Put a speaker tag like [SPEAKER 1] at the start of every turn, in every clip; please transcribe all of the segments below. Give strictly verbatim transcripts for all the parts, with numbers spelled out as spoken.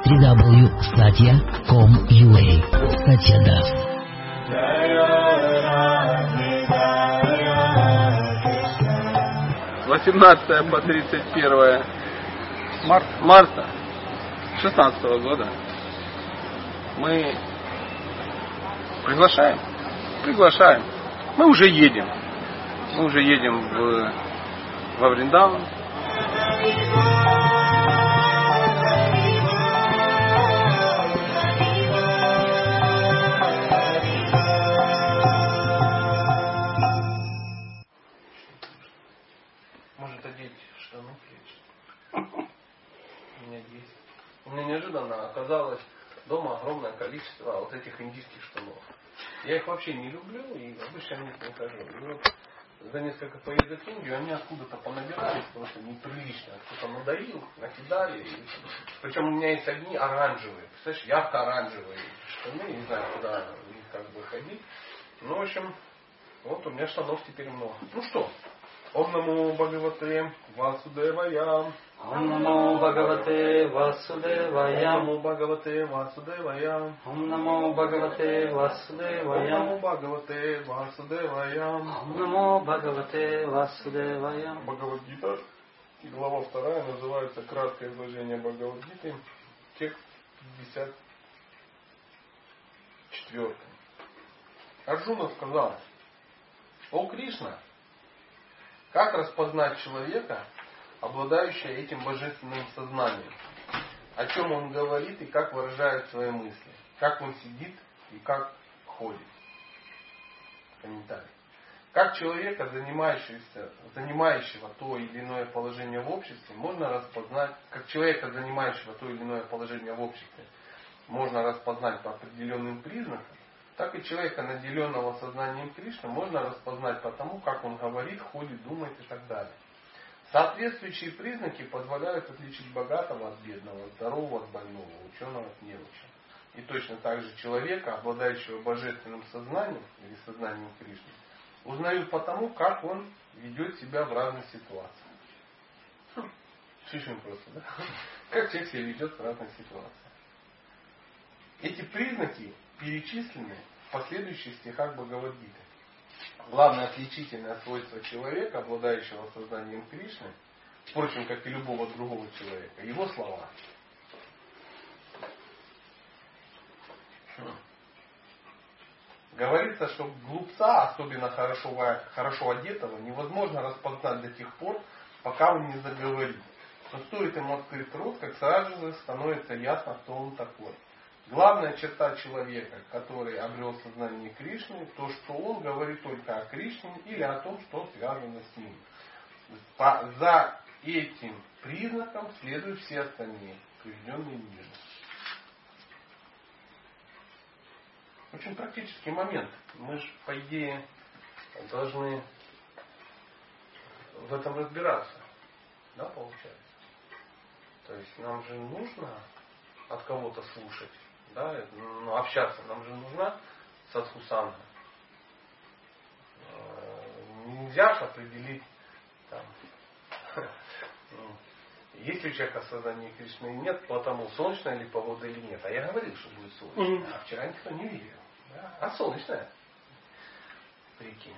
[SPEAKER 1] три дабл ю точка сатья точка ком точка ю а. Сатья
[SPEAKER 2] восемнадцатое по тридцать первое марта, марта шестнадцатого года мы приглашаем, приглашаем. Мы уже едем. Мы уже едем в, во Вриндаун. Может одеть штаны плечи. У меня есть. У меня неожиданно оказалось дома огромное количество вот этих индийских штанов. Я их вообще не люблю и обычно в них не хожу. И вот за несколько поездок в Индию они откуда-то понабирались, просто неприлично. Кто-то надоил, накидали. И... Причем у меня есть одни оранжевые. Представляешь, ярко-оранжевые штаны. Не знаю, куда в них как бы ходить. Ну, в общем, вот у меня штанов теперь много. Ну что? Ом намо Бхагавате Васудевая.
[SPEAKER 3] Ом намо Бхагавате Васудевая.
[SPEAKER 2] Ом намо Бхагавате Васудевая.
[SPEAKER 3] Ом намо Бхагавате Васудевая.
[SPEAKER 2] Ом намо Бхагавате Васудевая.
[SPEAKER 3] Ом намо Бхагавате Васудевая.
[SPEAKER 2] Бхагавад-гита, глава вторая, называется «Краткое изложение Бхагавад-гиты», текст пятьдесят четыре. Арджуна сказал: «О Кришна, как распознать человека, обладающего этим божественным сознанием? О чем он говорит и как выражает свои мысли? Как он сидит и как ходит?» Комментарий. Как человека, занимающегося, занимающего то или иное положение в обществе, можно распознать, как человека, занимающего то или иное положение в обществе, можно распознать по определенным признакам, так и человека, наделенного сознанием Кришны, можно распознать по тому, как он говорит, ходит, думает и так далее. Соответствующие признаки позволяют отличить богатого от бедного, здорового от больного, ученого от неученого. И точно так же человека, обладающего божественным сознанием или сознанием Кришны, узнают по тому, как он ведет себя в разных ситуациях. Хм, очень просто, да? Как человек себя ведет в разных ситуациях. Эти признаки перечислены в последующих стихах Бхагавад-гиты. Главное отличительное свойство человека, обладающего сознанием Кришны, впрочем, как и любого другого человека, его слова. Говорится, что глупца, особенно хорошо, хорошо одетого, невозможно распознать до тех пор, пока он не заговорит. Но стоит ему открыть рот, как сразу же становится ясно, кто он такой. Главная черта человека, который обрел сознание Кришны, то, что он говорит только о Кришне или о том, что связано с ним. За этим признаком следуют все остальные, приведенные ниже. Очень практический момент. Мы же, по идее, должны в этом разбираться. Да, получается? То есть нам же нужно от кого-то слушать. Да, ну, общаться нам же нужна садхусанга. Нельзя определить, там, есть ли у человека сознание Кришны или нет, потому солнечная ли погода или нет. А я говорил, что будет солнечно. А вчера никто не верил. Да? А солнечная. Прикинь.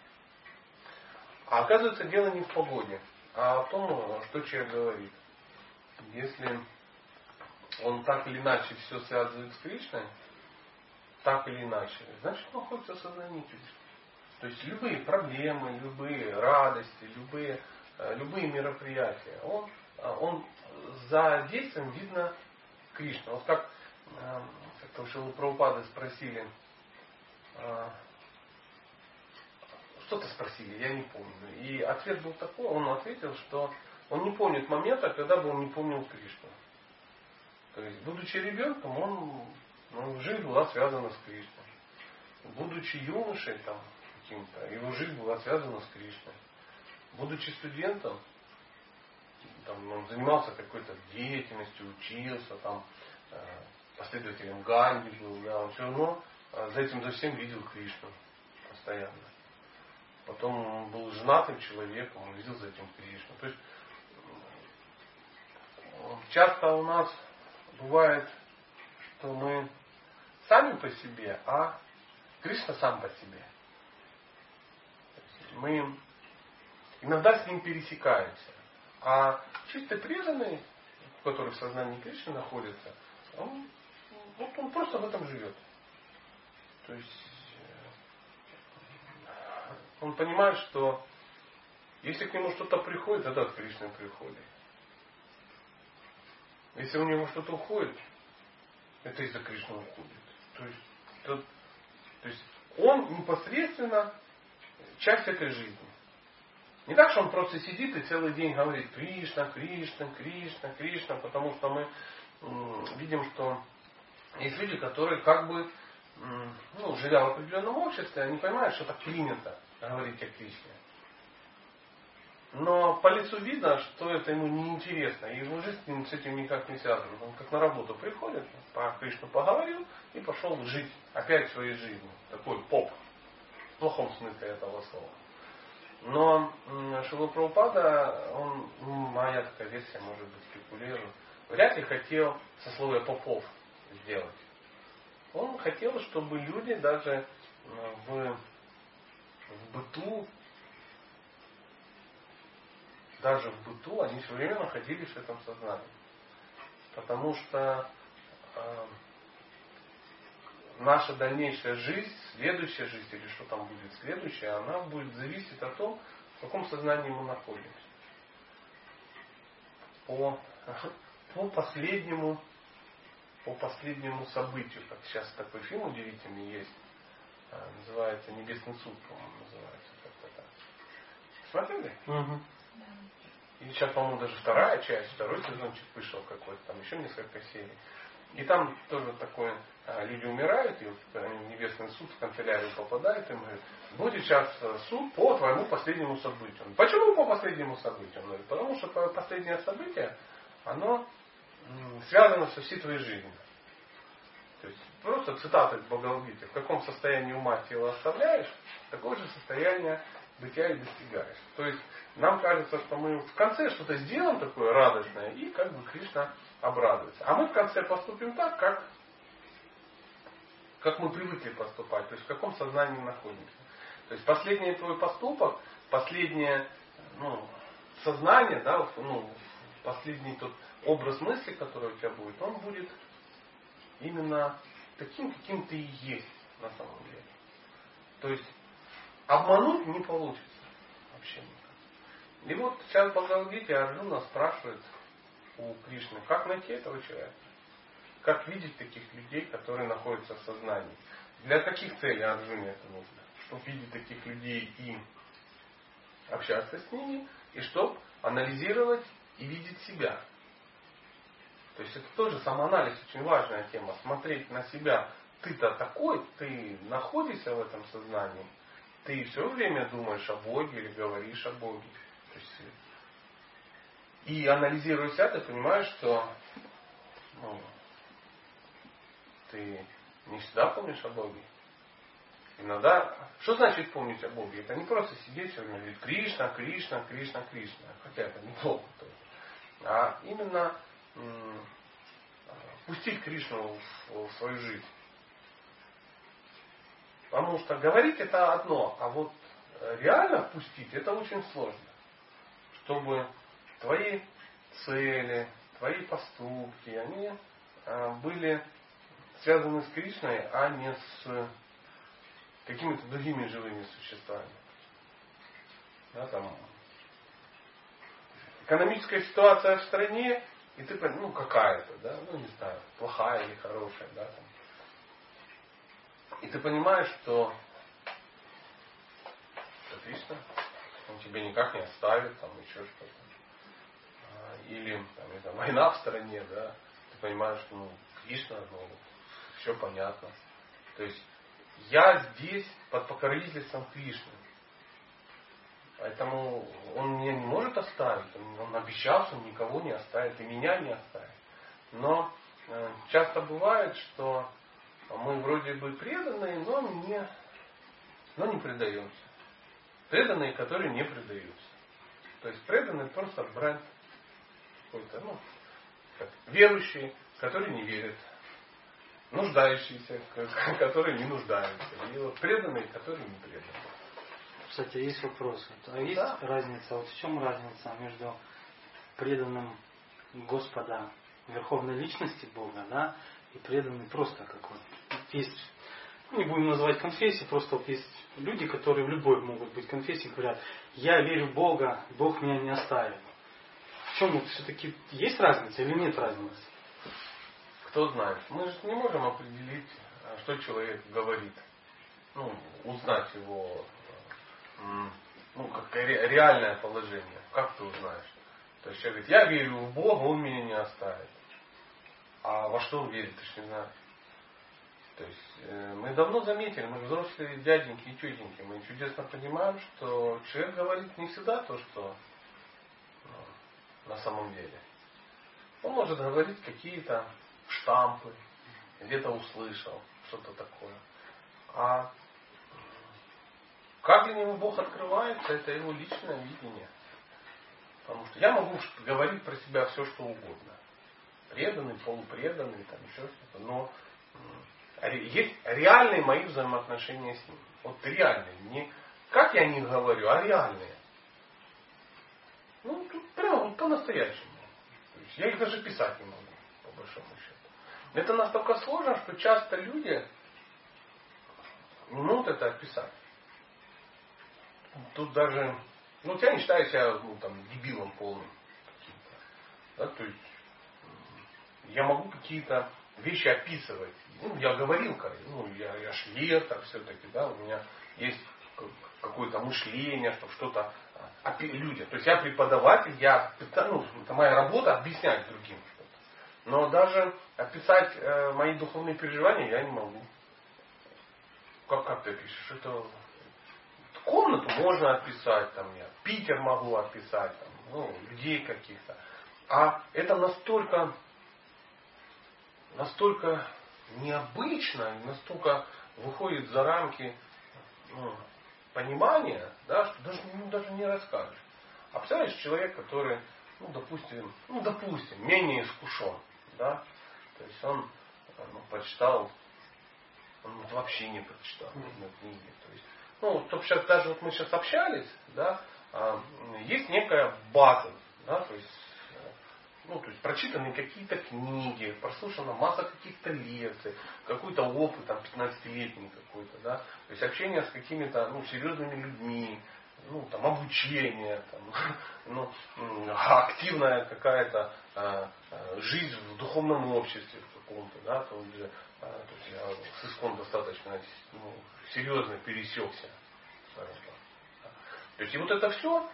[SPEAKER 2] А оказывается, дело не в погоде, а в том, что человек говорит. Если он так или иначе все связывает с Кришной, так или иначе, значит, он находится в сознании Кришны. То есть любые проблемы, любые радости, любые, любые мероприятия, он, он за действием видно Кришна. Вот как, как-то у Шрилы Прабхупады спросили, что-то спросили, я не помню. И ответ был такой, он ответил, что он не помнит момента, когда бы он не помнил Кришну. То есть, будучи ребенком, он, ну, жизнь была связана с Кришной. Будучи юношей, там, каким-то, его жизнь была связана с Кришной. Будучи студентом, там, он занимался какой-то деятельностью, учился, там, последователем Ганди был, да, он все равно за этим, за всем видел Кришну постоянно. Потом он был женатым человеком, он видел за этим Кришну. То есть, часто у нас бывает, что мы сами по себе, а Кришна сам по себе. Мы иногда с ним пересекаемся. А чисто преданный, который в сознании Кришны находится, он, вот он просто в этом живет. То есть он понимает, что если к нему что-то приходит, это от Кришны приходит. Если у него что-то уходит, это из-за Кришны уходит. То есть, то, то есть он непосредственно часть этой жизни. Не так, что он просто сидит и целый день говорит Кришна, Кришна, Кришна, Кришна, потому что мы м, видим, что есть люди, которые как бы, м, ну, живя в определенном обществе, они понимают, что так принято говорить о Кришне. Но по лицу видно, что это ему неинтересно, и его жизнь с этим никак не связана. Он как на работу приходит, по Кришну поговорил и пошел жить опять своей жизнью. Такой поп, в плохом смысле этого слова. Но Шрила Прабхупада, он, моя такая версия, может быть, спекулирую, вряд ли хотел сословие попов сделать. Он хотел, чтобы люди даже в, в быту, даже в быту, они все время находились в этом сознании. Потому что э, наша дальнейшая жизнь, следующая жизнь, или что там будет следующая, она будет зависеть от того, в каком сознании мы находимся. По, по последнему, по последнему событию, как сейчас такой фильм удивительный есть, называется «Небесный суд», по-моему, называется как-то так. Смотрели? Угу. И сейчас, по-моему, даже вторая часть, второй сезончик вышел какой-то, там еще несколько серий. И там тоже такое, люди умирают, и в небесный суд в канцелярию попадают, и говорят, будет сейчас суд по твоему последнему событию. Почему по последнему событию? Он говорит, потому что последнее событие, оно связано со всей твоей жизнью. То есть просто цитата из Бхагавад-гиты. В каком состоянии ума тело оставляешь, такое же состояние бытия и достигаешь. То есть нам кажется, что мы в конце что-то сделаем такое радостное, и как бы Кришна обрадуется. А мы в конце поступим так, как, как мы привыкли поступать. То есть в каком сознании мы находимся. То есть последний твой поступок, последнее ну, сознание, да, ну, последний тот образ мысли, который у тебя будет, он будет именно таким, каким ты и есть на самом деле. То есть обмануть не получится вообще никак. И вот сейчас в Бхагавад-гите Арджуна спрашивает у Кришны, как найти этого человека? Как видеть таких людей, которые находятся в сознании? Для каких целей Арджуне это нужно? Чтобы видеть таких людей и общаться с ними, и чтобы анализировать и видеть себя. То есть это тоже самоанализ, очень важная тема. Смотреть на себя. Ты-то такой, ты находишься в этом сознании. Ты все время думаешь о Боге или говоришь о Боге. То есть, и анализируя себя, ты понимаешь, что ну, ты не всегда помнишь о Боге. Иногда, что значит помнить о Боге? Это не просто сидеть все время и говорить Кришна, Кришна, Кришна, Кришна. Хотя это неплохо тоже. А именно м- пустить Кришну в, в свою жизнь. Потому что говорить это одно, а вот реально впустить это очень сложно. Чтобы твои цели, твои поступки, они были связаны с Кришной, а не с какими-то другими живыми существами. Да, там, экономическая ситуация в стране, и ты, ну, какая-то, да, ну, не знаю, плохая или хорошая, да, там. И ты понимаешь, что Кришна, он тебе никак не оставит, там, еще что-то. Или, там, не знаю, война в стране, да, ты понимаешь, что, ну, Кришна, ну, все понятно. То есть, я здесь под покровительством Кришны. Поэтому он меня не может оставить. Он, он обещал, что он никого не оставит, и меня не оставит. Но э, часто бывает, что мы вроде бы преданные, но не, но не предаемся. Преданные, которые не предаются. То есть преданные просто бренд какой-то, ну, как верующие, которые не верят. Нуждающиеся, которые не нуждаются. И вот преданные, которые не преданы.
[SPEAKER 3] Кстати, есть вопрос. А есть
[SPEAKER 2] Да.
[SPEAKER 3] разница? Вот в чем разница между преданным Господа, Верховной Личности Бога, да, и преданным просто как вот есть, ну, не будем называть конфессии, просто вот есть люди, которые в любой могут быть конфессии, говорят, я верю в Бога, Бог меня не оставит. В чем вот все-таки есть разница или нет разницы?
[SPEAKER 2] Кто знает. Мы же не можем определить, что человек говорит. Ну, узнать его, ну, как ре- реальное положение. Как ты узнаешь? То есть человек говорит, я верю в Бога, он меня не оставит. А во что он верит, ты же не знаешь. То есть э, мы давно заметили, мы взрослые дяденьки и тетеньки, мы чудесно понимаем, что человек говорит не всегда то, что ну, на самом деле. Он может говорить какие-то штампы, где-то услышал, что-то такое. А как для него Бог открывается, это его личное видение. Потому что я могу говорить про себя все, что угодно. Преданный, полупреданный, там еще что-то. Но есть реальные мои взаимоотношения с ним. Вот реальные. Не как я о них говорю, а реальные. Ну, тут прямо вот по-настоящему. То есть я их даже писать не могу, по большому счету. Это настолько сложно, что часто люди не могут это описать. Тут даже, ну, я не считаю себя ну, там, дебилом полным. Да, то есть я могу какие-то вещи описывать. Ну, я говорил, ну, я, я ж лектор все-таки, да, у меня есть какое-то мышление, чтобы что-то люди. То есть я преподаватель, я, ну, это моя работа объяснять другим что-то. Но даже описать э, мои духовные переживания я не могу. Как, как ты пишешь? Это комнату можно описать, там, я Питер могу описать, там, ну, людей каких-то. А это настолько, настолько необычно, настолько выходит за рамки ну, понимания, да, что даже, ну, даже не расскажешь. А представляешь, человек, который, ну, допустим, ну, допустим, менее искушен, да, то есть он ну, прочитал, он вот вообще не прочитал ни одной книги. То есть, ну, вот сейчас даже вот мы сейчас общались, да, есть некая база, да, то есть, ну, то есть прочитаны какие-то книги, прослушана масса каких-то лекций, какой-то опыт, там, пятнадцатилетний какой-то, да, то есть общение с какими-то, ну, серьезными людьми, ну, там, обучение, там, ну, активная какая-то а, а, жизнь в духовном обществе в каком-то, да, то есть, а, то есть я с Искон достаточно ну, серьезно пересекся, скажем так. То есть и вот это все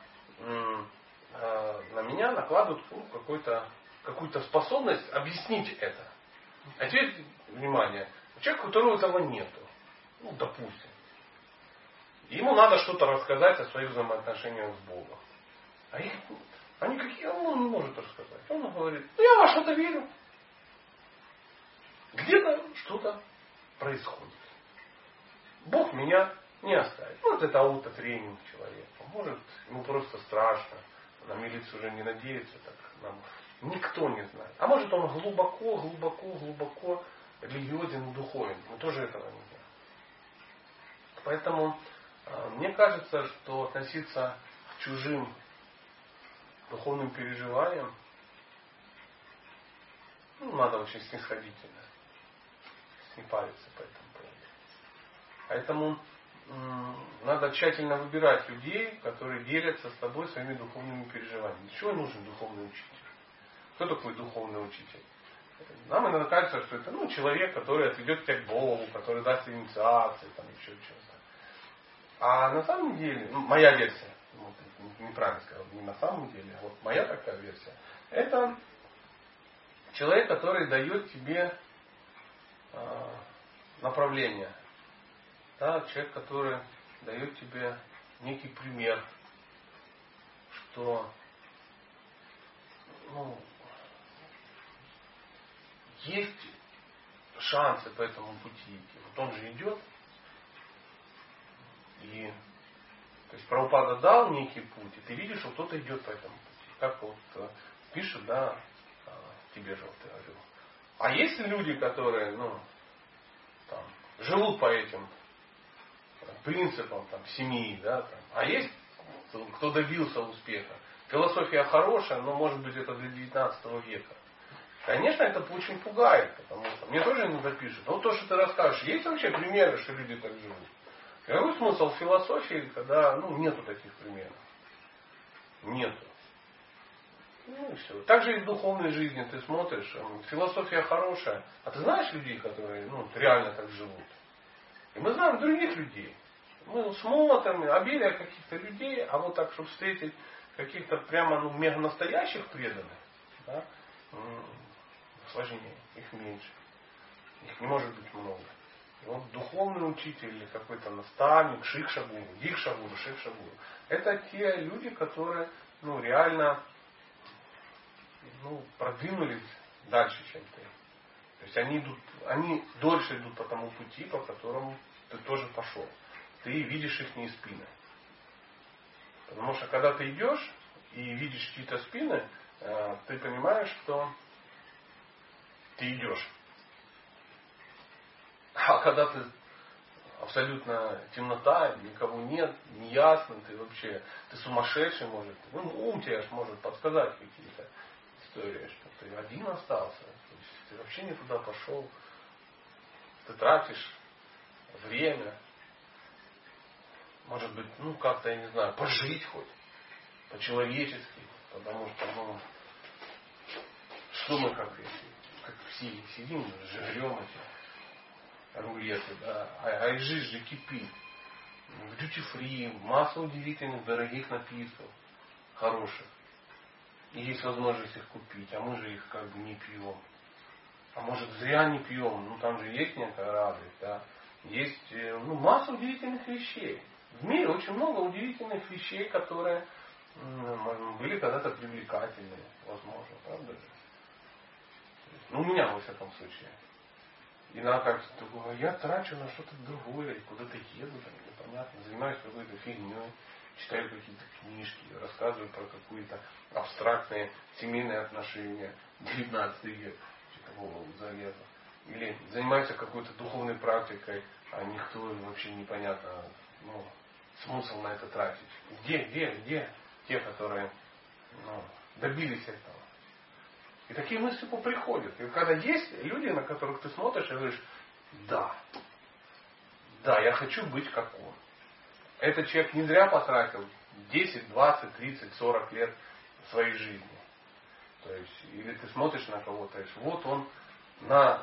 [SPEAKER 2] на меня накладывают ну, какой-то, какую-то способность объяснить это. А теперь, внимание, человек, у которого этого нету, ну, допустим, ему надо что-то рассказать о своих взаимоотношениях с Богом. А их, они какие, он не может рассказать. Он говорит, ну я во что-то верю. Где-то что-то происходит. Бог меня не оставит. Может, это аутотренинг человека. Может, ему просто страшно. На милицию уже не надеется. Так нам никто не знает. А может, он глубоко, глубоко, глубоко религиозен и духовен. Мы тоже этого не знаем. Поэтому мне кажется, что относиться к чужим духовным переживаниям ну, надо очень снисходительно. Не париться по этому поводу. Поэтому м- надо тщательно выбирать людей, которые делятся с тобой своими духовными переживаниями. Для чего нужен духовный учитель? Кто такой духовный учитель? Нам иногда кажется, что это ну, человек, который отведет тебя к Богу, который даст инициации, там еще что-то. А на самом деле, ну, моя версия, вот, неправильно сказал, не на самом деле, а вот моя такая версия, это человек, который дает тебе э, направление. Да, человек, который дает тебе некий пример, что ну, есть шансы по этому пути идти. Вот он же идет, и то есть Прабхупада дал некий путь, и ты видишь, что кто-то идет по этому пути. Как вот пишут, да, тебе желтый орел. А есть люди, которые, ну, там, живут по этим принципам там, семьи, да, там. А есть кто добился успеха. Философия хорошая, но может быть это для девятнадцатого века. Конечно, это очень пугает, потому что мне тоже иногда пишут, ну то, что ты расскажешь, есть вообще примеры, что люди так живут? Какой смысл философии, когда ну, нету таких примеров? Нету. Ну и все. Так же и в духовной жизни ты смотришь, философия хорошая, а ты знаешь людей, которые ну, реально так живут? И мы знаем других людей. Мы смотрим, обилие каких-то людей, а вот так, чтобы встретить каких-то прямо ну, мега настоящих преданных, да, сложнее, их меньше. Их не может быть много. И вот духовный учитель или какой-то наставник, шикша-гуру, дикша-гуру, шикша-гуру, это те люди, которые ну, реально ну, продвинулись дальше, чем ты. То есть они идут, они дольше идут по тому пути, по которому ты тоже пошел. Ты видишь их не спины. Потому что когда ты идешь и видишь чьи-то спины, ты понимаешь, что ты идешь. А когда ты абсолютно темнота, никого нет, неясно, ты вообще, ты сумасшедший, может, ну, ум тебе может подсказать какие-то истории, что ты один остался, то есть ты вообще не туда пошел, ты тратишь время, может быть, ну как-то, я не знаю, пожить хоть, по-человечески, потому что, ну, что мы как, как все сидим, жрем эти рулеты, да, а, а и жизнь же кипит. В дьюти-фри, масса удивительных, дорогих напитков, хороших. И есть возможность их купить, а мы же их как бы не пьем. А может зря не пьем, ну там же есть некая радость, да. Есть ну, масса удивительных вещей. В мире очень много удивительных вещей, которые были когда-то привлекательные, возможно, правда же? Ну, у меня, во всяком случае. Иногда как-то думаю, я трачу на что-то другое, куда-то еду, там, непонятно, занимаюсь какой-то фигней, читаю какие-то книжки, рассказываю про какие-то абстрактные семейные отношения, девятнадцатый век, такого завета. Или занимаюсь какой-то духовной практикой, а никто вообще непонятно, ну, смысл на это тратить. Где, где, где те, которые ну, добились этого? И такие мысли приходят. И когда есть люди, на которых ты смотришь и говоришь, да, да, я хочу быть как он. Этот человек не зря потратил десять, двадцать, тридцать, сорок лет своей жизни. То есть, или ты смотришь на кого-то и говоришь, вот он на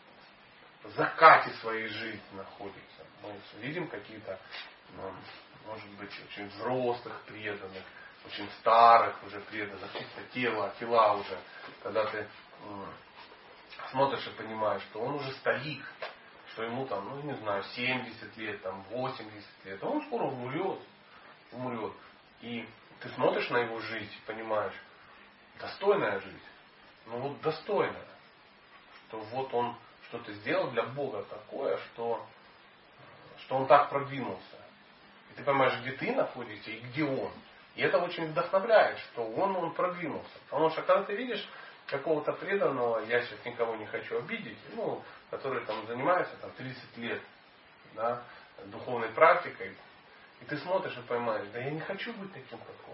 [SPEAKER 2] закате своей жизни находится. Мы видим какие-то, ну, может быть, очень взрослых преданных, очень старых уже преданных, чисто тела, тела уже, когда ты м, смотришь и понимаешь, что он уже старик, что ему там, ну не знаю, семьдесят лет, там, восемьдесят лет, а он скоро умрет, умрет. И ты смотришь на его жизнь и понимаешь, достойная жизнь, ну вот достойная, что вот он что-то сделал для Бога такое, что, что он так продвинулся. И ты понимаешь, где ты находишься и где он. И это очень вдохновляет, что он, он продвинулся. Потому что когда ты видишь какого-то преданного, я сейчас никого не хочу обидеть, ну, который там занимается там, тридцать лет да, духовной практикой, и ты смотришь и понимаешь, да я не хочу быть таким, как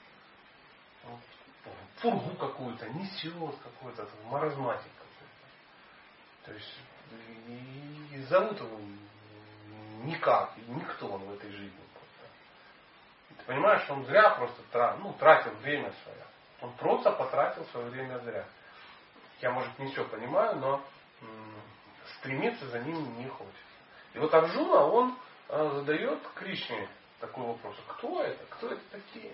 [SPEAKER 2] он. Фургу какую-то несет, какой-то маразматик какой-то. То есть и, и зовут его никак, и никто он в этой жизни. Ты понимаешь, что он зря просто тратил, ну, тратил время свое. Он просто потратил свое время зря. Я, может, не все понимаю, но м- стремиться за ним не хочется. И вот Арджуна, он э, задает Кришне такой вопрос. Кто это? Кто это такие?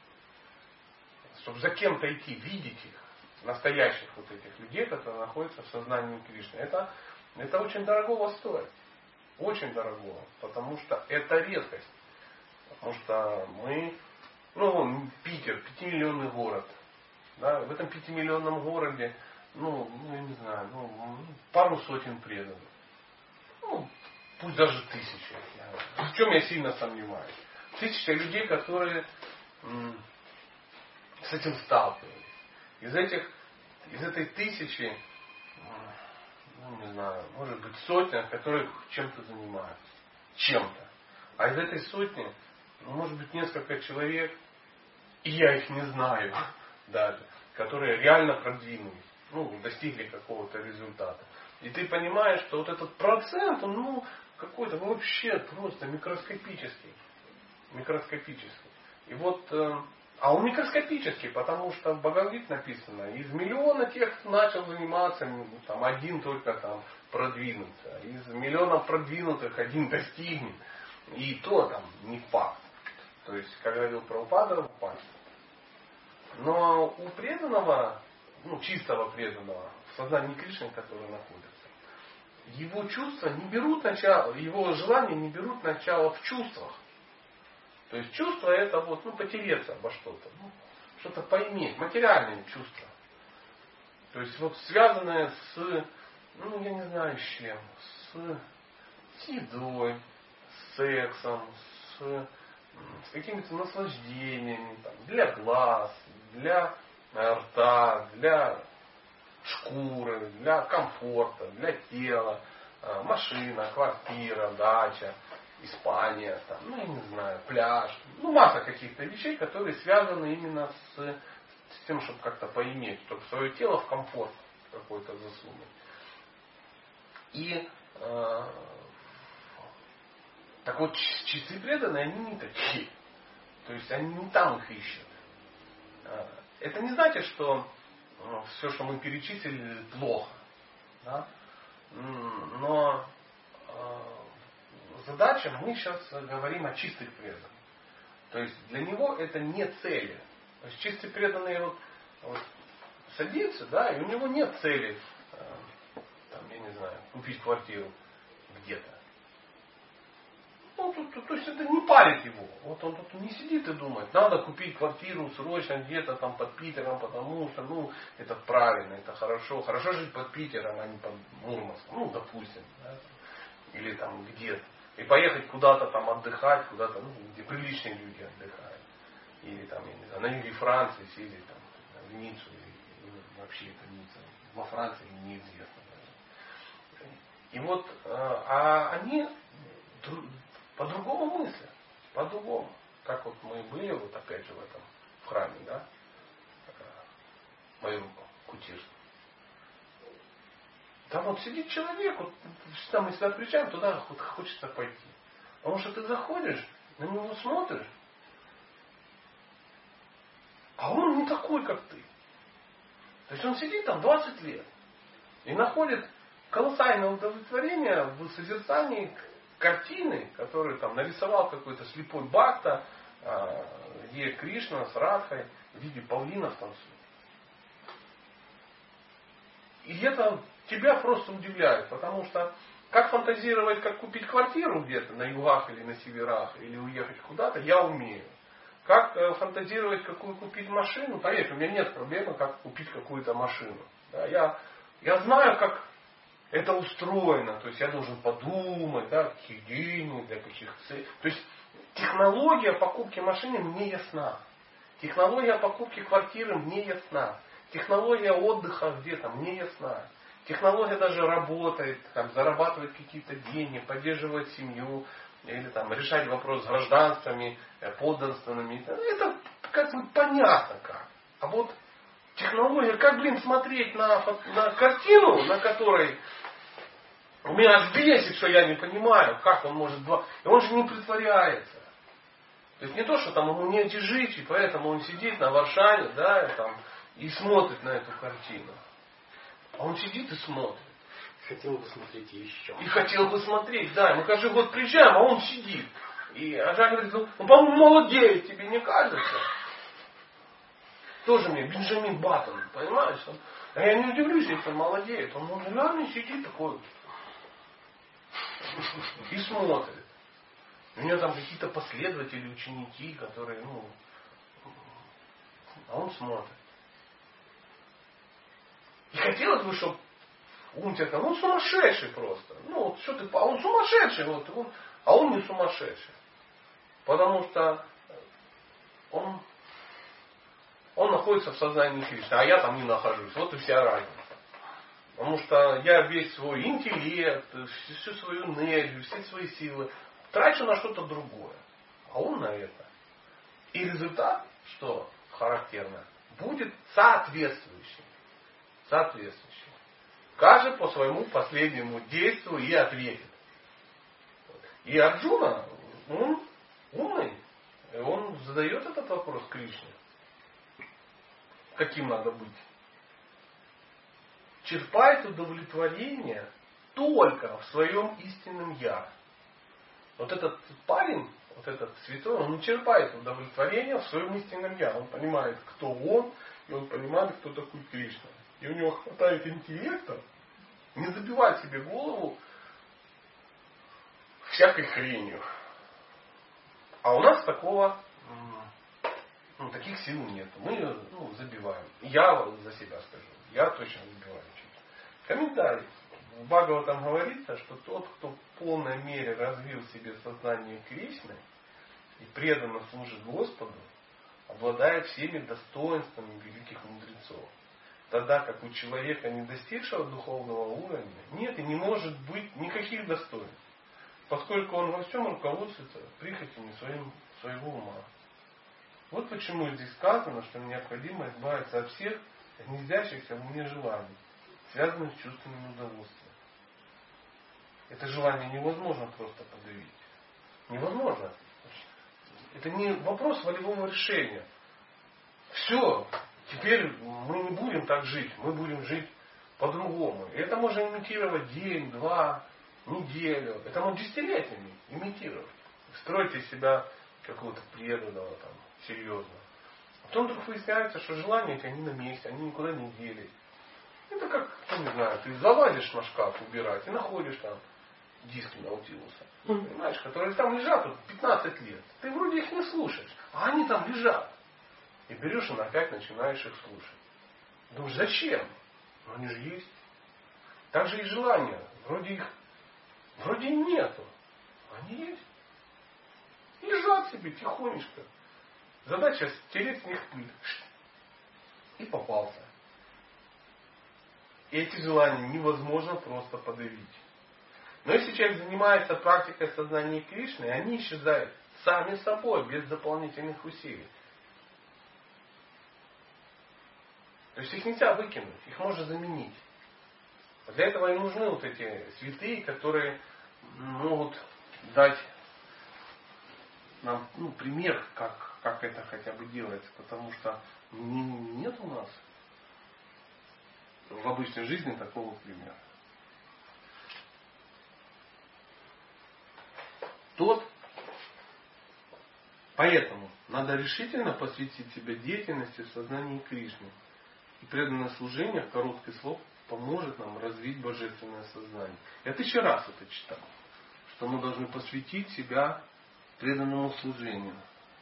[SPEAKER 2] Чтобы за кем-то идти, видеть их, настоящих вот этих людей, которые находятся в сознании Кришны. Это, это очень дорогого стоит. Очень дорогого. Потому что это редкость. Потому что мы, ну, Питер, пятимиллионный город. Да, в этом пятимиллионном городе, ну, ну, я не знаю, ну, пару сотен преданных. Ну, пусть даже тысячи. В чем я сильно сомневаюсь. Тысяча людей, которые м, с этим сталкивались. Из этих, из этой тысячи ну, не знаю, может быть сотня, которые чем-то занимаются. Чем-то. А из этой сотни, ну, может быть несколько человек, и я их не знаю даже, которые реально продвинулись, ну, достигли какого-то результата. И ты понимаешь, что вот этот процент, он, ну, какой-то вообще просто микроскопический. Микроскопический. И вот, э, а он микроскопический, потому что в Бхагавад-гите написано, из миллиона тех, кто начал заниматься, там один только там продвинутся. Из миллионов продвинутых один достигнет. И то там не факт. То есть, как говорил Прабхупада, факт. Но у преданного, ну, чистого преданного, в сознании Кришны, который находится, его чувства не берут начало, его желания не берут начало в чувствах. То есть чувство это вот, ну, потереться обо что-то, ну, что-то поиметь, материальные чувства. То есть вот связанные с, ну, я не знаю с чем, с едой, с сексом, с, с какими-то наслаждениями, там, для глаз, для рта, для шкуры, для комфорта, для тела, машина, квартира, дача, Испания, там, ну я не знаю, пляж, ну масса каких-то вещей, которые связаны именно с, с тем, чтобы как-то поиметь, чтобы свое тело в комфорт какой-то засунуть. И э, так вот чистые преданные, они не такие. То есть они не там их ищут. Это не значит, что все, что мы перечислили, плохо. Да? Но задача, мы сейчас говорим о чистых преданных. То есть для него это не цели. То есть чистый преданный вот, вот, садится, да, и у него нет цели, там, я не знаю, купить квартиру где-то. Ну, то, то, то есть это не парит его. Вот он тут не сидит и думает, надо купить квартиру срочно где-то там под Питером, потому что, ну, это правильно, это хорошо. Хорошо жить под Питером, а не под Мурманском, ну, допустим. Да? Или там где-то. И поехать куда-то там отдыхать, куда-то, ну, где приличные люди отдыхают. Или там, я не знаю, на юге Франции съездить там, в Ниццу, или, или вообще это Ницца. Во Франции неизвестно даже. И вот, а они по-другому мыслят. По-другому. Как вот мы были, вот опять же в этом в храме, да, в моем Кутирском. Там вот сидит человек, вот, там мы сюда приезжаем, туда вот хочется пойти. Потому что ты заходишь, на него смотришь, а он не такой, как ты. То есть он сидит там двадцать лет и находит колоссальное удовлетворение в созерцании картины, которую там нарисовал какой-то слепой Бхакта, где Кришна с Радхой в виде павлинов танцует. И это тебя просто удивляет, потому что как фантазировать, как купить квартиру где-то на югах или на северах, или уехать куда-то, я умею. Как фантазировать, какую купить машину, поверь, у меня нет проблемы, как купить какую-то машину. Да, я, я знаю, как это устроено, то есть я должен подумать, да, каких денег, для каких целей. То есть технология покупки машины мне ясна. Технология покупки квартиры мне ясна. Технология отдыха где-то мне ясна. Технология даже работает, там, зарабатывать какие-то деньги, поддерживать семью, или там, решать вопрос с гражданствами, подданственными. Это как бы понятно как. А вот технология, как, блин, смотреть на, на картину, на которой у меня аж бесит, что я не понимаю, как он может... И он же не притворяется. То есть не то, что там ему негде жить, и поэтому он сидит на Варшаве, да, и, там, и смотрит на эту картину. А он сидит и смотрит.
[SPEAKER 3] Хотел бы смотреть еще.
[SPEAKER 2] И хотел бы смотреть, да. Мы каждый год приезжаем, а он сидит. И Ажа говорит, ну, он, по-моему, молодеет, тебе не кажется? Тоже мне Бенджамин Баттон, понимаешь? Он, а я не удивлюсь, если он молодеет. Он, он реально сидит такой и смотрит. У него там какие-то последователи, ученики, которые, ну, а он смотрит. И хотелось бы, чтобы ум тебя сказал, ну сумасшедший просто. Ну вот что ты, а он сумасшедший, вот, он, а он не сумасшедший. Потому что он, он находится в сознании Кришны, а я там не нахожусь. Вот и вся разница. Потому что я весь свой интеллект, всю свою энергию, все свои силы трачу на что-то другое. А он на это. И результат, что характерно, будет соответствующий. Соответствующий. Каждый по своему последнему действию и ответит. И Арджуна, он умный. И он задает этот вопрос Кришне. Каким надо быть? Черпает удовлетворение только в своем истинном Я. Вот этот парень, вот этот святой, он не черпает удовлетворение в своем истинном Я. Он понимает, кто он, и он понимает, кто такой Кришна. И у него хватает интеллекта не забивать себе голову всякой хренью. А у нас такого, ну, таких сил нет. Мы ну, забиваем. Я за себя скажу. Я точно забиваю. Комментарий. В Бхагаватам говорится, что тот, кто в полной мере развил в себе сознание Кришны и преданно служит Господу, обладает всеми достоинствами великих мудрецов. Тогда как у человека, не достигшего духовного уровня, нет и не может быть никаких достоинств, поскольку он во всем руководствуется прихотями своим, своего ума. Вот почему здесь сказано, что необходимо избавиться от всех гнездящихся в уме желаний, связанных с чувственным удовольствием. Это желание невозможно просто подавить. Невозможно. Это не вопрос волевого решения. Все, теперь мы не будем так жить, мы будем жить по-другому. И это можно имитировать день, два, неделю. Это можно десятилетиями имитировать. Строить из себя какого-то преданного, там, серьезного. А потом вдруг выясняется, что желания эти, они на месте, они никуда не делись. Это как, ну, не знаю, ты залазишь на шкаф убирать и находишь там диски Наутилуса. Понимаешь, которые там лежат вот, пятнадцать лет. Ты вроде их не слушаешь, а они там лежат. И берешь и опять начинаешь их слушать. Думаешь, зачем? Но они же есть. Так же и желания. Вроде их вроде и нету. Они есть. Лежат себе тихонечко. Задача стереть с них пыль. И попался. И эти желания невозможно просто подавить. Но если человек занимается практикой сознания Кришны, они исчезают сами собой, без дополнительных усилий. То есть их нельзя выкинуть, их можно заменить. Для этого и нужны вот эти святые, которые могут дать нам ну, пример, как, как это хотя бы делается. Потому что нет у нас в обычной жизни такого примера. Тот, поэтому надо решительно посвятить себя деятельности в сознании Кришны. И преданное служение, короткий слов, поможет нам развить божественное сознание. Я тысячу раз это читал, что мы должны посвятить себя преданному служению.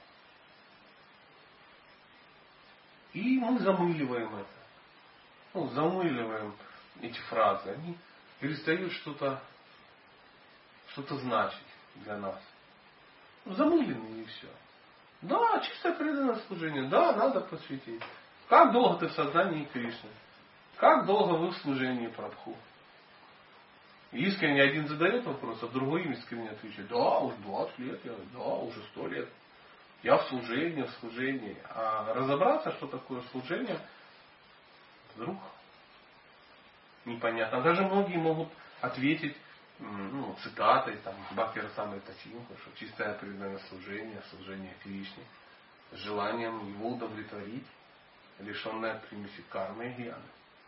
[SPEAKER 2] И мы замыливаем это. Ну, замыливаем эти фразы. Они перестают что-то что-то значить для нас. Ну, замыленные и все. Да, чистое преданное служение. Да, надо посвятить. Как долго ты в сознании Кришны? Как долго вы в служении Прабху? Искренне один задает вопрос, а другой им искренне отвечает. Да, уже двадцать лет, я, да, уже сто лет. Я в служении, в служении. А разобраться, что такое служение, вдруг непонятно. Даже многие могут ответить ну, цитатой, там, Бхакти Расамрита Татинку, что чистое преданное служение, служение Кришне, с желанием его удовлетворить, лишенное примеси кармы и гьяны.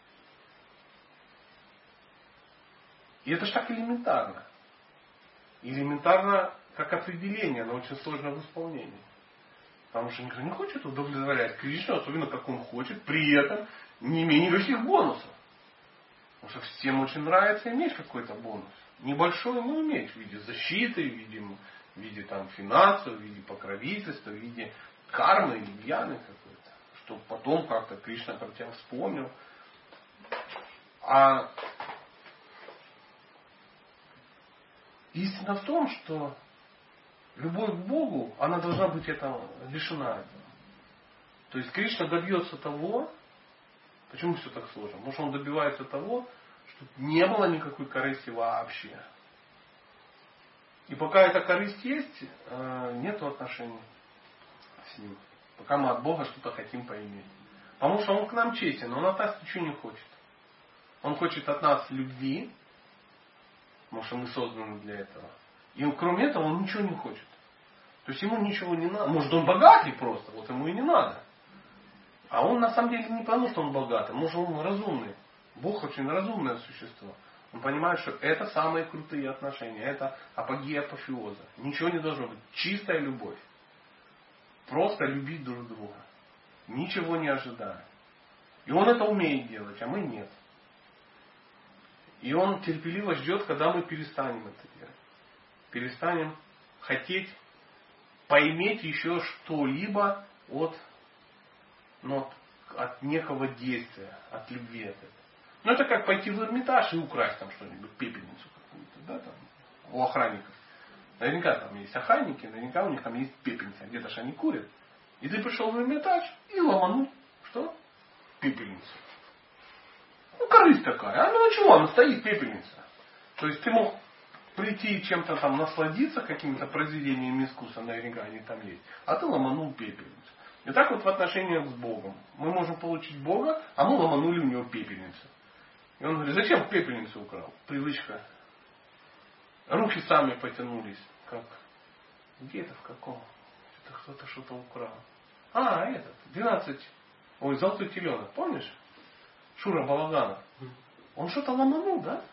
[SPEAKER 2] И это же так элементарно. Элементарно как определение, но очень сложно в исполнении. Потому что никто не хочет удовлетворять Кришну, особенно как он хочет, при этом не имея никаких бонусов. Потому что всем очень нравится иметь какой-то бонус. Небольшой, но иметь в виде защиты, в виде, в виде там, финансов, в виде покровительства, в виде кармы или гьяны какой-то. Чтобы потом как-то Кришна про тебя вспомнил. А истина в том, что любовь к Богу, она должна быть этого, лишена этого. То есть Кришна добьется того, почему все так сложно? Потому что он добивается того, чтобы не было никакой корысти вообще. И пока эта корысть есть, нет отношений с ним. Пока мы от Бога что-то хотим поиметь. Потому что Он к нам честен, Он от нас ничего не хочет. Он хочет от нас любви, потому что мы созданы для этого. И кроме этого Он ничего не хочет. То есть Ему ничего не надо. Может, Он богатый просто, вот Ему и не надо. А Он на самом деле не потому, что Он богатый, может, Он разумный. Бог очень разумное существо. Он понимает, что это самые крутые отношения. Это апогей апофеоза. Ничего не должно быть. Чистая любовь. Просто любить друг друга. Ничего не ожидая. И Он это умеет делать, а мы нет. И Он терпеливо ждет, когда мы перестанем это делать. Перестанем хотеть поиметь еще что-либо от, ну, от некого действия, от любви от этого. Ну это как пойти в Эрмитаж и украсть там что-нибудь, пепельницу какую-то, да, там, у охранников. Наверняка там есть охранники, наверняка у них там есть пепельница, где-то же они курят. И ты пришел в Эрмитаж и ломанул, что? Пепельницу. Ну, корысть такая. А ну чего, она стоит, пепельница. То есть ты мог прийти и чем-то там насладиться, какими-то произведениями искусства, наверняка они там есть. А ты ломанул пепельницу. И так вот в отношениях с Богом. Мы можем получить Бога, а мы ломанули у него пепельницу. И он говорит, зачем пепельницу украл? Привычка. Руки сами потянулись. Как? Где-то в каком? Это кто-то что-то украл. А, этот, двенадцать, ой, золотой теленок, помнишь? Шура Балаганов. Он что-то ломанул, да?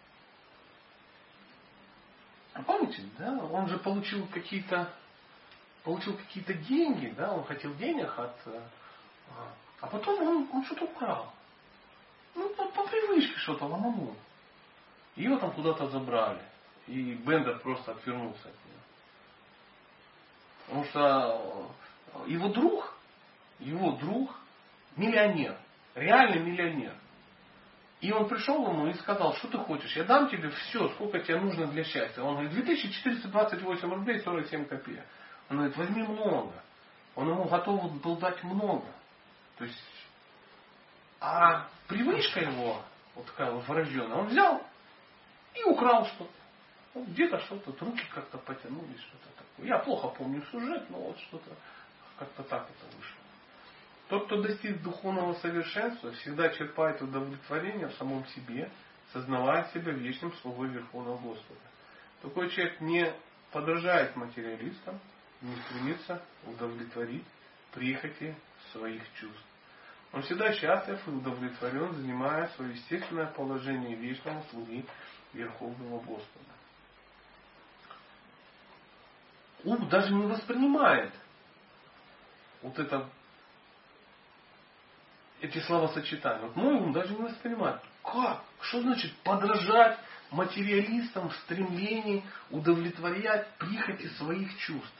[SPEAKER 2] А помните, да? Он же получил какие-то получил какие-то деньги, да? Он хотел денег от... А потом он, он что-то украл. Ну, по, по привычке что-то ломанул. И его там куда-то забрали. И Бендер просто отвернулся от него. Потому что его друг, его друг миллионер. Реальный миллионер. И он пришел ему и сказал, что ты хочешь? Я дам тебе все, сколько тебе нужно для счастья. Он говорит, две тысячи четыреста двадцать восемь рублей сорок семь копеек. Он говорит, возьми много. Он ему готов был дать много. То есть, а привычка его, вот такая вот врожденная, он взял и украл что-то. Вот где-то что-то, руки как-то потянулись, что-то такое. Я плохо помню сюжет, но вот что-то как-то так это вышло. Тот, кто достиг духовного совершенства, всегда черпает удовлетворение в самом себе, сознавая себя вечным слугой Верховного Господа. Такой человек не подражает материалистам, не стремится удовлетворить прихоти своих чувств. Он всегда счастлив и удовлетворен, занимая свое естественное положение вечного слуги Верховного Господа. Ум даже не воспринимает вот это, эти словосочетания. Вот мой ум даже не воспринимает. Как? Что значит подражать материалистам в стремлении удовлетворять прихоти своих чувств?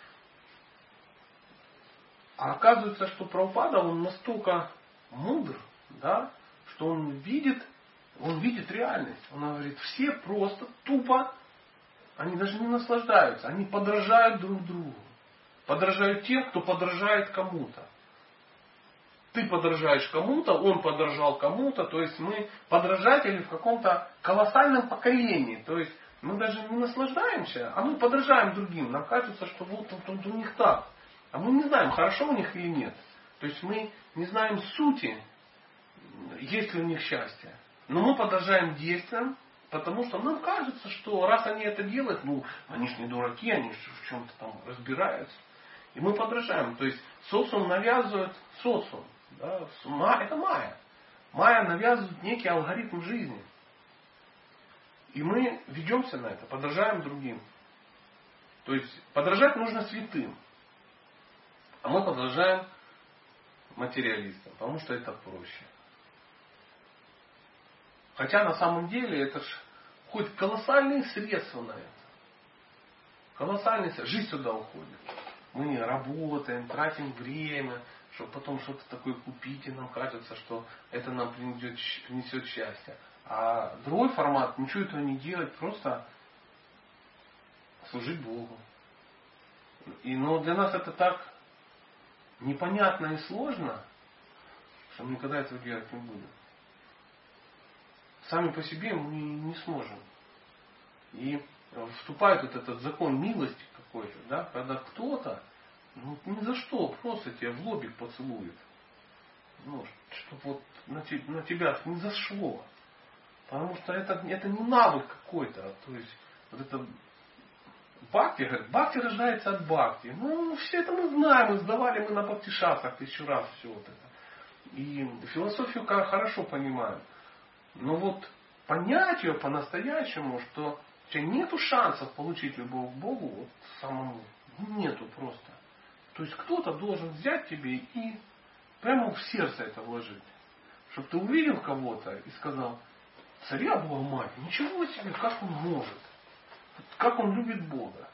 [SPEAKER 2] А оказывается, что Прабхупада, он настолько мудр, да, что он видит, он видит реальность. Он говорит, все просто тупо, они даже не наслаждаются, они подражают друг другу. Подражают тем, кто подражает кому-то. Ты подражаешь кому-то, он подражал кому-то, то есть мы подражатели в каком-то колоссальном поколении. То есть мы даже не наслаждаемся, а мы подражаем другим. Нам кажется, что вот, вот, вот у них так. А мы не знаем, хорошо у них или нет. То есть мы не знаем сути, есть ли у них счастье. Но мы подражаем действиям, потому что нам кажется, что раз они это делают, ну, они же не дураки, они же в чем-то там разбираются. И мы подражаем. То есть социум навязывает социум. Да? Это майя. Майя навязывает некий алгоритм жизни. И мы ведемся на это, подражаем другим. То есть подражать нужно святым. А мы подражаем материалистам, потому что это проще. Хотя на самом деле это ж хоть колоссальные средства на это. Колоссальные средства. Жизнь сюда уходит. Мы работаем, тратим время, чтобы потом что-то такое купить, и нам кажется, что это нам принесет, принесет счастье. А другой формат, ничего этого не делать, просто служить Богу. И, но для нас это так непонятно и сложно, что мы никогда этого делать не будем. сами по себе мы не сможем. И вступает вот этот закон милости какой-то, да, когда кто-то, ну, ни за что, просто тебя в лобик поцелует. Ну, чтобы вот на, te, на тебя не зашло. Потому что это, это не навык какой-то. То есть, вот это бхакти, говорит, бхакти рождается от бхакти. Ну, все это мы знаем, мы сдавали мы на бхакти-шастрах тысячу раз все вот это. И философию хорошо понимаем. Но вот понять ее по-настоящему, что у тебя нету шансов получить любовь к Богу вот самому. Нету просто. То есть кто-то должен взять тебе и прямо в сердце это вложить. Чтобы ты увидел кого-то и сказал, царя была мать, ничего себе, как он может. Как он любит Бога.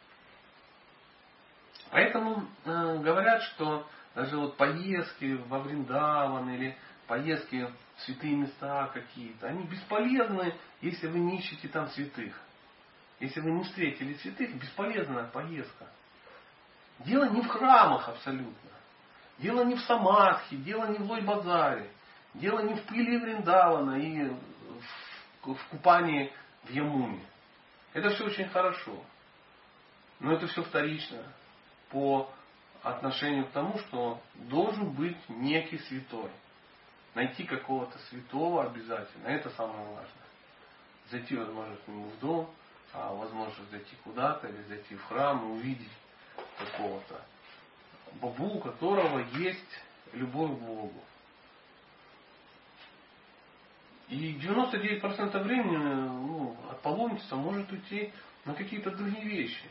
[SPEAKER 2] Поэтому э, говорят, что даже вот поездки во Вриндаван или поездки в святые места какие-то, они бесполезны, если вы не ищете там святых. Если вы не встретили святых, бесполезная поездка. Дело не в храмах абсолютно. Дело не в самадхи, дело не в лой-базаре. Дело не в пыли Вриндавана и в, в купании в Ямуне. Это все очень хорошо. Но это все вторично по отношению к тому, что должен быть некий святой. Найти какого-то святого обязательно. Это самое важное. Зайти, возможно, к нему в дом, а возможно зайти куда-то, или зайти в храм и увидеть какого-то бабу, у которого есть любовь к Богу. И девяносто девять процентов времени ну, от паломничества может уйти на какие-то другие вещи.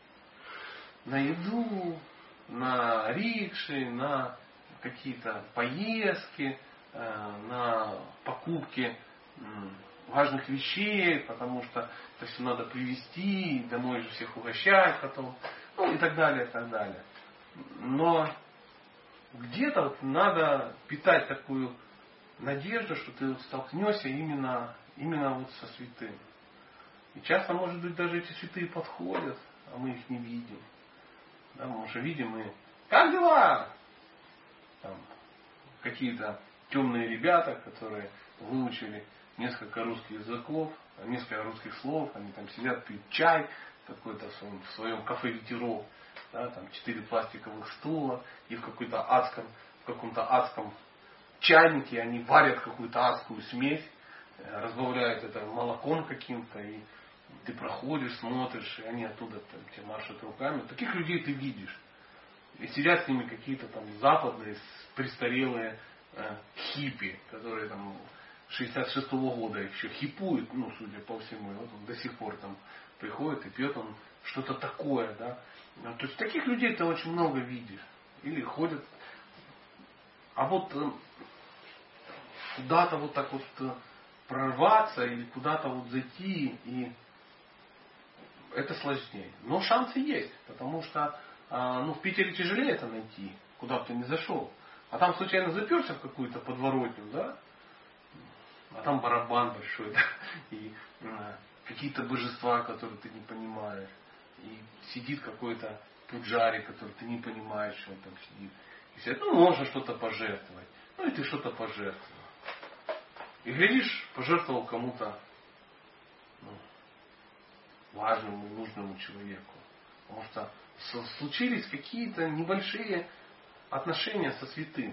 [SPEAKER 2] На еду, на рикши, на какие-то поездки, на покупки важных вещей, потому что это все надо привезти, домой же всех угощать потом, ну и так далее, и так далее. Но где-то вот надо питать такую надежду, что ты вот столкнешься именно, именно вот со святым. И часто, может быть, даже эти святые подходят, а мы их не видим. Да, мы уже видим и как дела? Там, какие-то темные ребята, которые выучили несколько русских языков, несколько русских слов, они там сидят, пьют чай какой-то в своем, в своем кафе «Ветерок», да, там четыре пластиковых стула, и в какой-то адском, в каком-то адском чайнике они варят какую-то адскую смесь, разбавляют это молоком каким-то, и ты проходишь, смотришь, и они оттуда там, тебе машут руками. Таких людей ты видишь. И сидят с ними какие-то там западные, престарелые э, хиппи, которые там шестьдесят шестого года еще хипуют, ну, судя по всему, и вот он до сих пор там приходит и пьет он что-то такое, да. Ну, то есть таких людей ты очень много видишь. Или ходят. А вот э, куда-то вот так вот э, прорваться или куда-то вот зайти, и это сложнее. Но шансы есть, потому что э, ну, в Питере тяжелее это найти, куда бы ты ни зашел. А там случайно заперся в какую-то подворотню, да, а там барабан большой, да, и э, какие-то божества, которые ты не понимаешь. И сидит какой-то пуджари, который ты не понимаешь, что он там сидит. И говорит, ну можно что-то пожертвовать. Ну и ты что-то пожертвовал. И глядишь, пожертвовал кому-то ну, важному, нужному человеку. Потому что случились какие-то небольшие отношения со святым.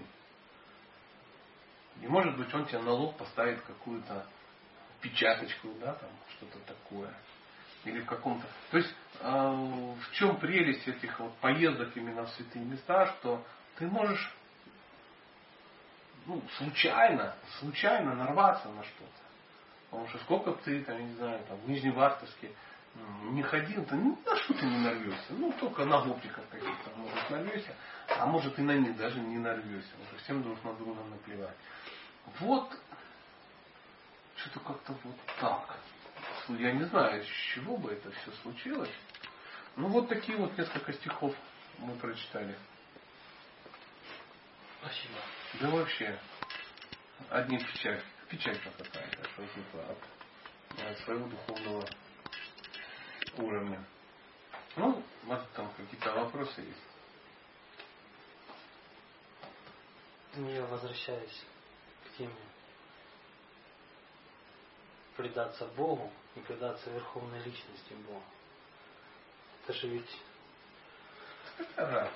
[SPEAKER 2] И может быть он тебе на лоб поставит какую-то печаточку, да, там что-то такое. Или в каком-то. То есть э, в чем прелесть этих вот поездок именно в святые места, что ты можешь ну, случайно, случайно нарваться на что-то. Потому что сколько бы ты, там, не знаю, там, в Нижневартовске не ходил, ты ни на что ты не нарвешься. Ну, только на гопников каких-то, может, нарвешься, а может и на них даже не нарвешься. Уже всем друг на друга наплевать. Вот что-то как-то вот так. Я не знаю, с чего бы это все случилось. Ну, вот такие вот несколько стихов мы прочитали.
[SPEAKER 3] Спасибо.
[SPEAKER 2] Да вообще, одни печаль. Печалька какая-то, что возникла от своего духовного уровня. Ну, может, там какие-то вопросы есть.
[SPEAKER 3] Я возвращаюсь к теме предаться Богу и предаться Верховной Личности Бога. Это же ведь...
[SPEAKER 2] Какая разница?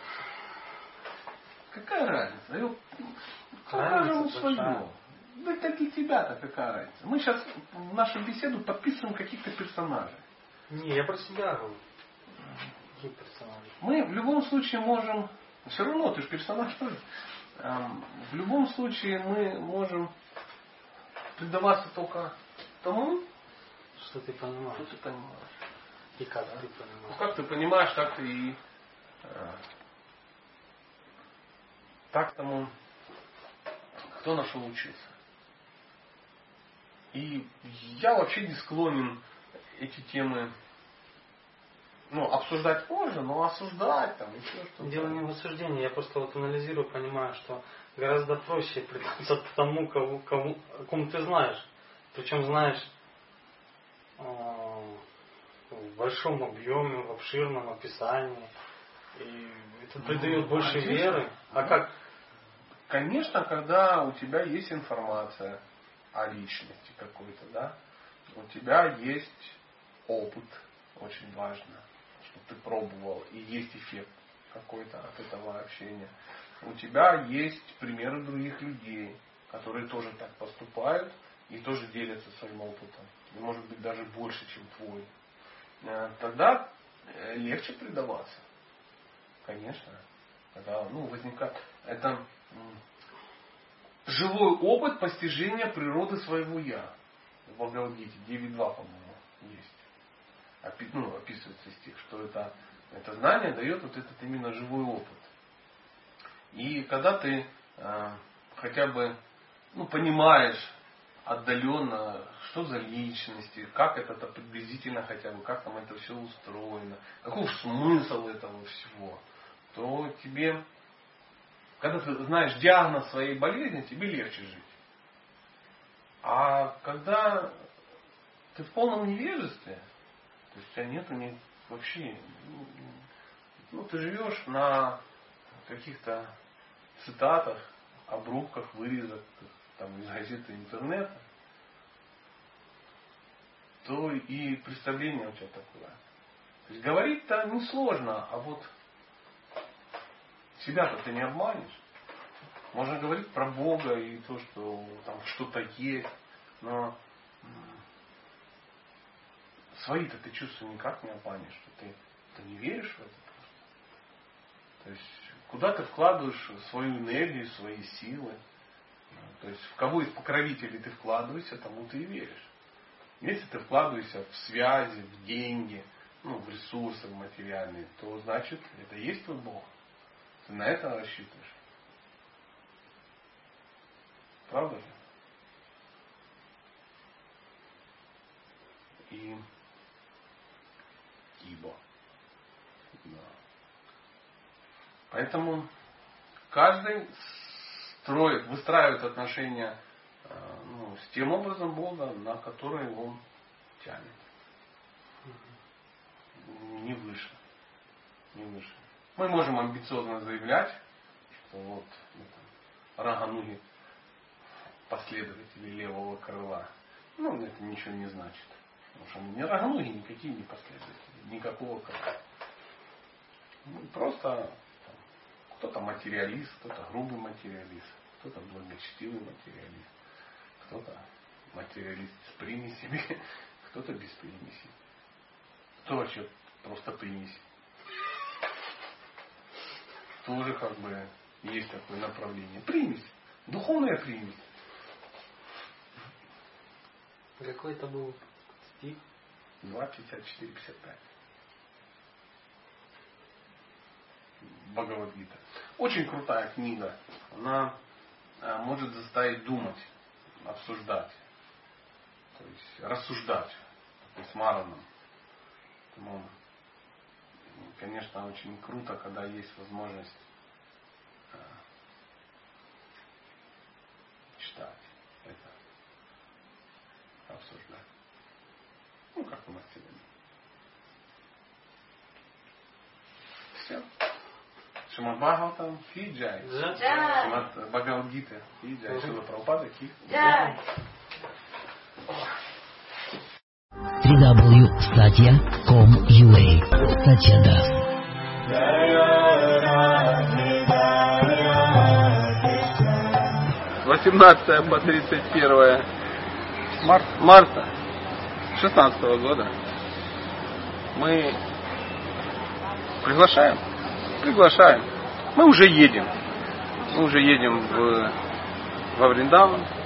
[SPEAKER 2] Какая разница? Его...
[SPEAKER 3] Разница
[SPEAKER 2] свое.
[SPEAKER 3] большая.
[SPEAKER 2] Да это для тебя-то какая разница? Мы сейчас в нашу беседу подписываем каких-то персонажей.
[SPEAKER 3] Не, я про себя говорю. Какие персонажи?
[SPEAKER 2] Мы в любом случае можем... Все равно, ты же персонаж тоже. В любом случае мы можем предаваться только тому,
[SPEAKER 3] что ты понимаешь.
[SPEAKER 2] Что ты понимаешь.
[SPEAKER 3] И как
[SPEAKER 2] да?
[SPEAKER 3] ты понимаешь.
[SPEAKER 2] Ну, как ты понимаешь, так ты и... Так тому, кто на что учился. И я вообще не склонен эти темы ну, обсуждать позже, но осуждать там и все что-то.
[SPEAKER 3] Дело не в осуждении, я просто вот анализирую, понимаю, что гораздо проще предаться тому, кого, кому, кому ты знаешь. Причем знаешь э, в большом объеме, в обширном описании. И это придает ну, больше конечно. веры. А как?
[SPEAKER 2] Конечно, когда у тебя есть информация о личности какой-то, да, у тебя есть опыт, очень важно, что ты пробовал, и есть эффект какой-то от этого общения. У тебя есть примеры других людей, которые тоже так поступают и тоже делятся своим опытом. И может быть даже больше, чем твой. Тогда легче предаваться. Конечно. Когда ну, возникает... Это живой опыт постижения природы своего Я. В Бхагавад-гите девять два, по-моему, есть. Ну, описывается стих, что это, это знание дает вот этот именно живой опыт. И когда ты э, хотя бы ну, понимаешь отдаленно, что за личности, как это приблизительно хотя бы, как там это все устроено, каков смысл этого всего, то тебе, когда ты знаешь диагноз своей болезни, тебе легче жить. А когда ты в полном невежестве, то есть у тебя нету ни, вообще, ну ты живешь на каких-то цитатах, обрубках, вырезах там, из газеты, интернета, то и представление у тебя такое. То есть говорить-то несложно, а вот себя-то ты не обманешь. Можно говорить про Бога и то, что там что-то есть, но свои-то ты чувства никак не обманешь, что ты, ты не веришь в это просто. То есть куда ты вкладываешь свою энергию, свои силы. То есть в кого из покровителей ты вкладываешься, тому ты и веришь. Если ты вкладываешься в связи, в деньги, ну, в ресурсы в материальные, то значит это и есть твой Бог. Ты на это рассчитываешь. Правда же? И ибо. Да. Поэтому каждый строит, выстраивает отношения ну, с тем образом Бога, на который он тянет. Не выше. Не выше. Мы можем амбициозно заявлять, что вот это, Рагануги последователи левого крыла. Ну, это ничего не значит. Потому что не Рагануги никакие не последователи. Никакого крыла. Ну, просто там, кто-то материалист, кто-то грубый материалист, кто-то благочестивый материалист, кто-то материалист с примесями, кто-то без примесей. Кто вообще просто примесь. Тоже как бы есть такое направление. Примесь. Духовная примесь.
[SPEAKER 3] Какой это был стих?
[SPEAKER 2] два пятьдесят четыре пятьдесят пять. Бхагавад-гита. Очень крутая книга. Она может заставить думать, обсуждать. То есть рассуждать. С Мараном. Поэтому, конечно, очень круто, когда есть возможность э, читать это, обсуждать. Ну, как у нас сегодня. Все. Шримад Бхагаватам, ки джай. Шримад Бхагавад-гита, ки джай. Шрила Прабхупада, ки джай.
[SPEAKER 1] дабл ю дабл ю дабл ю точка сатья точка ком точка ю а. Satya Das.
[SPEAKER 2] восемнадцатое по тридцать первое марта, марта шестнадцатого года мы приглашаем, приглашаем. Мы уже едем, мы уже едем в, во Вриндаван.